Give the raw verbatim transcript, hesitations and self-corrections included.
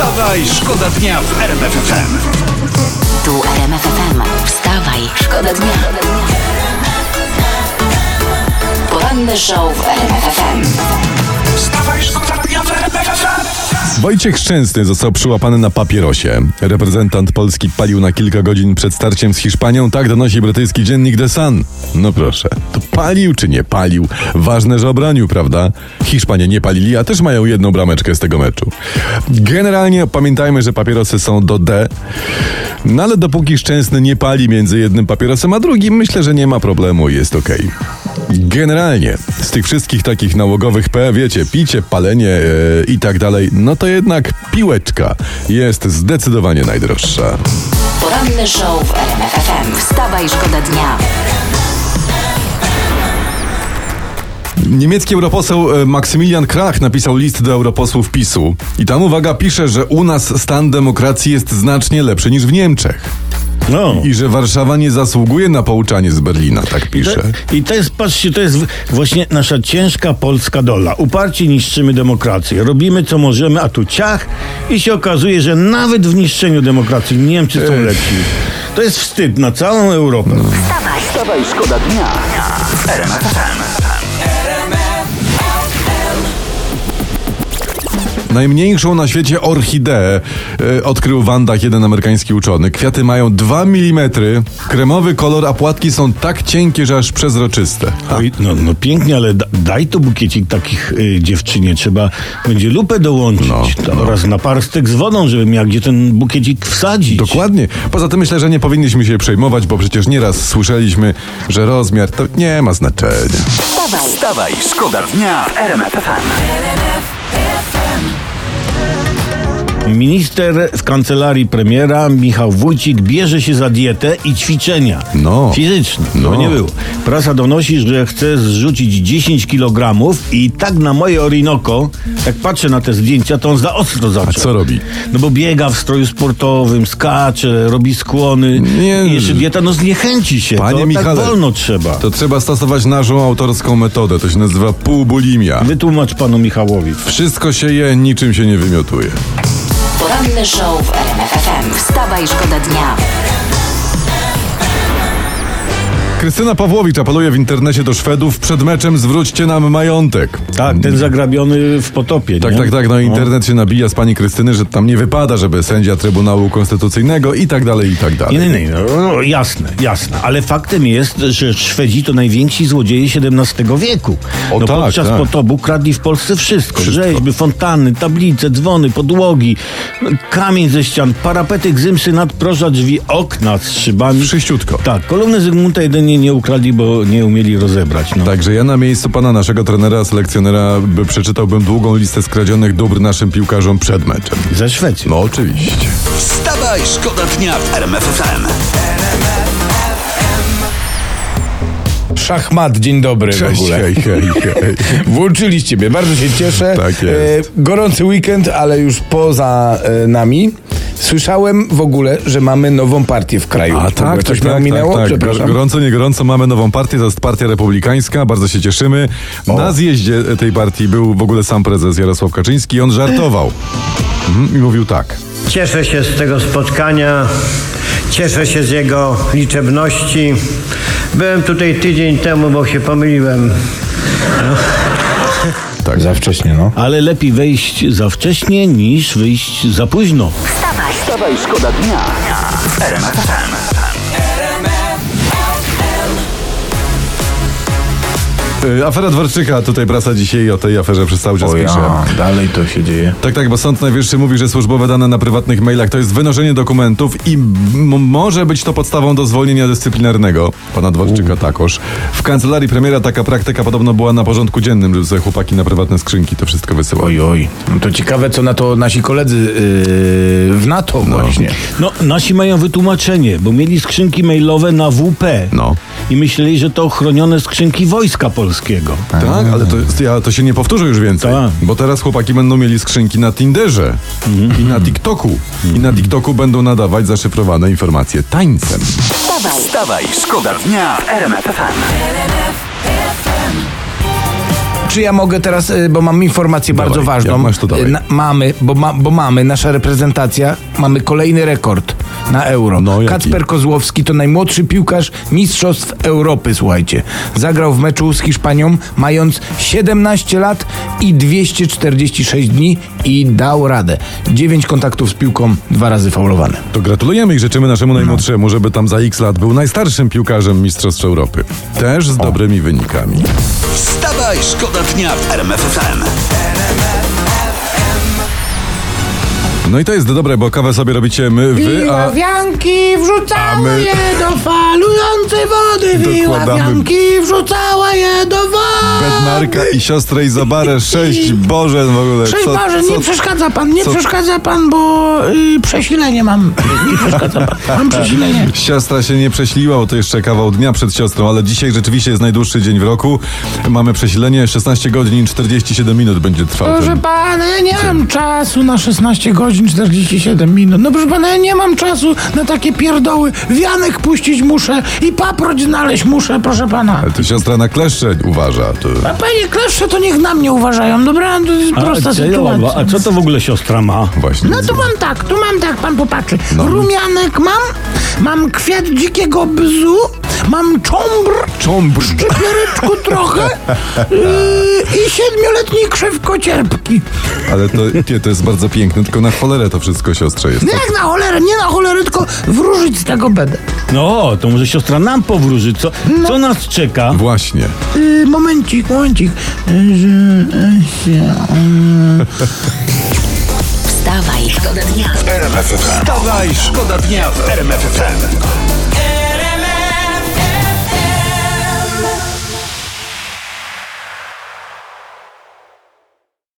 Wstawaj, szkoda dnia w R M F F M. Tu R M F F M. Wstawaj, szkoda dnia. Poranny show w R M F F M. Wstawaj, szkoda dnia w R M F F M. Wojciech Szczęsny został przyłapany na papierosie. Reprezentant Polski palił na kilka godzin przed starciem z Hiszpanią, tak donosi brytyjski dziennik The Sun. No proszę, to palił czy nie palił? Ważne, że obronił, prawda? Hiszpanie nie palili, a też mają jedną brameczkę z tego meczu. Generalnie pamiętajmy, że papierosy są do D, no ale dopóki Szczęsny nie pali między jednym papierosem a drugim, myślę, że nie ma problemu i jest okej. Generalnie z tych wszystkich takich nałogowych P, wiecie, picie, palenie yy, i tak dalej, no to jednak piłeczka jest zdecydowanie najdroższa. Poranny show w R M F F M. Wstawaj, szkoda dnia. Niemiecki europoseł Maksymilian Krach napisał list do europosłów PiSu i tam, uwaga, pisze, że u nas stan demokracji jest znacznie lepszy niż w Niemczech. No. I że Warszawa nie zasługuje na pouczanie z Berlina, tak pisze. I to jest, patrzcie, to jest właśnie nasza ciężka polska dola. Uparcie niszczymy demokrację. Robimy co możemy, a tu ciach i się okazuje, że nawet w niszczeniu demokracji Niemcy są Ech. lepsi. To jest wstyd na całą Europę. No. Wstawaj, Wstawaj, szkoda dnia w R M F F M. Najmniejszą na świecie orchideę e, odkrył w Andach jeden amerykański uczony. Kwiaty mają dwa milimetry, kremowy kolor, a płatki są tak cienkie, że aż przezroczyste. Ha. Oj, no, no pięknie, ale da, daj to bukiecik takich y, dziewczynie. Trzeba będzie lupę dołączyć No, to no. oraz naparstek z wodą, żeby miał gdzie ten bukiecik wsadzić. Dokładnie. Poza tym myślę, że nie powinniśmy się przejmować, bo przecież nieraz słyszeliśmy, że rozmiar to nie ma znaczenia. wstawaj. Wstawaj, szkoda dnia w R M F F M. Minister w kancelarii premiera Michał Wójcik bierze się za dietę i ćwiczenia No. fizyczne. No. No nie było. Prasa donosi, że chce zrzucić dziesięć kilogramów i tak na moje Orinoco, jak patrzę na te zdjęcia, to on za ostro zaczął. A co robi? No bo biega w stroju sportowym, skacze, robi skłony. Nie. I jeszcze dieta, no zniechęci się. Panie to Michale, tak wolno trzeba. To trzeba stosować naszą autorską metodę. To się nazywa półbulimia. Wytłumacz panu Michałowi. Wszystko się je, niczym się nie wymiotuje. Poranny show w R M F F M. Wstawaj, szkoda dnia. Krystyna Pawłowicz apeluje w internecie do Szwedów: przed meczem zwróćcie nam majątek. Tak, ten zagrabiony w potopie. Tak, nie? tak, tak. No internet się nabija z pani Krystyny, że tam nie wypada, żeby sędzia Trybunału Konstytucyjnego i tak dalej, i tak dalej. Nie, nie, nie, no, no, jasne, jasne. Ale faktem jest, że Szwedzi to najwięksi złodzieje siedemnastego wieku. O no, tak, podczas tak. potopu kradli w Polsce wszystko. Wszystko. Rzeźby, fontanny, tablice, dzwony, podłogi, kamień ze ścian, parapety, gzymsy, nadproża, drzwi, okna z szybami. Wszyściutko. Tak, kolumny Zygmunta jedynie nie ukradli, bo nie umieli rozebrać. No. Także ja na miejscu pana naszego trenera, selekcjonera, by przeczytałbym długą listę skradzionych dóbr naszym piłkarzom przed meczem. Ze Szwecji. No oczywiście. Wstawaj, szkoda dnia w R M F F M. Szachmat, dzień dobry w Cześć, ogóle. hej, hej, hej. Włączyliście mnie, bardzo się cieszę. Tak jest. E, gorący weekend, ale już poza e, nami. Słyszałem w ogóle, że mamy nową partię w kraju. A W ogóle tak, coś tak, mnie tak, ominęło? tak, tak. Przepraszam. Gorąco, nie gorąco, mamy nową partię, to jest Partia Republikańska, bardzo się cieszymy. Na zjeździe tej partii był w ogóle sam prezes Jarosław Kaczyński i on żartował. Mhm, i mówił tak. Cieszę się z tego spotkania, cieszę się z jego liczebności. Byłem tutaj tydzień temu, bo się pomyliłem. Tak. Za wcześnie, no. Ale lepiej wejść za wcześnie niż wyjść za późno. Wstawaj, Wstawaj, szkoda dnia w R M F F M. Y, Afera Dworczyka, tutaj prasa dzisiaj o tej aferze przez cały czas O pisze. ja, dalej to się dzieje. Tak, tak, bo Sąd Najwyższy mówi, że służbowe dane na prywatnych mailach to jest wynoszenie dokumentów i m- może być to podstawą do zwolnienia dyscyplinarnego pana Dworczyka takoż. W kancelarii premiera taka praktyka podobno była na porządku dziennym, że sobie chłopaki na prywatne skrzynki to wszystko wysyłały. Oj, oj. No to ciekawe, co na to nasi koledzy yy, w NATO właśnie. No, nasi mają wytłumaczenie, bo mieli skrzynki mailowe na W P. No. I myśleli, że to chronione skrzynki Wojska Polskiego. Tak, ale to, ja, to się nie powtórzy już więcej, Tak. bo teraz chłopaki będą mieli skrzynki na Tinderze i na TikToku. I na TikToku będą nadawać zaszyfrowane informacje tańcem. wstawaj, Wstawaj, szkoda dnia w R M F F M. czy ja mogę teraz, y, bo mam informację Dawaj, bardzo ważną. jak masz, to dawaj. Y, na, mamy, bo, ma, bo mamy, nasza reprezentacja, mamy kolejny rekord na Euro. No, jaki? Kacper Kozłowski to najmłodszy piłkarz Mistrzostw Europy, słuchajcie. Zagrał w meczu z Hiszpanią, mając siedemnaście lat i dwieście czterdzieści sześć dni i dał radę. dziewięć kontaktów z piłką, dwa razy faulowane. To gratulujemy i życzymy naszemu najmłodszemu, żeby tam za X lat był najstarszym piłkarzem Mistrzostw Europy. Też z dobrymi wynikami. Wstawaj, szkoda dnia w R M F F M. No i to jest dobre, bo kawę sobie robicie my, wy, a... Wianki wrzucała a my- je do falującej wody. Dokładamy. Wianki wrzucała je do wody. Bednarka i siostrę Izobarę, sześć Boże w ogóle. Cześć Co- Boże, co- nie przeszkadza pan, nie co- przeszkadza pan, bo y, przesilenie mam. Nie przeszkadza pan, mam przesilenie. Siostra się nie prześliła, bo to jeszcze kawał dnia przed siostrą, ale dzisiaj rzeczywiście jest najdłuższy dzień w roku. Mamy przesilenie, szesnaście godzin i czterdzieści siedem minut będzie trwał Proszę ten... pana, ja nie mam czasu na szesnaście godzin czterdzieści siedem minut. No proszę pana, ja nie mam czasu na takie pierdoły. Wianek puścić muszę i paproć znaleźć muszę, proszę pana. Ale to siostra na kleszcze uważa. To... A panie kleszcze to niech na mnie uważają, dobra? To jest prosta a, sytuacja. a co to w ogóle siostra ma? Właśnie. No tu mam tak, tu mam tak, pan popatrzy. No. Rumianek mam, mam kwiat dzikiego bzu, mam cząbr, Cząbr. szczypioryczku trochę yy, i siedmioletni krzew kocierpki. Ale to, nie, to jest bardzo piękne, tylko na cholerę to wszystko siostrze jest. No jak na cholerę, nie na cholerę, tylko wróżyć z tego będę. No, to może siostra nam powróży. Co, co nas czeka? Właśnie. Yy, momencik, momencik. Yy, że, yy, yy. Wstawaj, szkoda dnia. Wstawaj, szkoda dnia w R M F F M.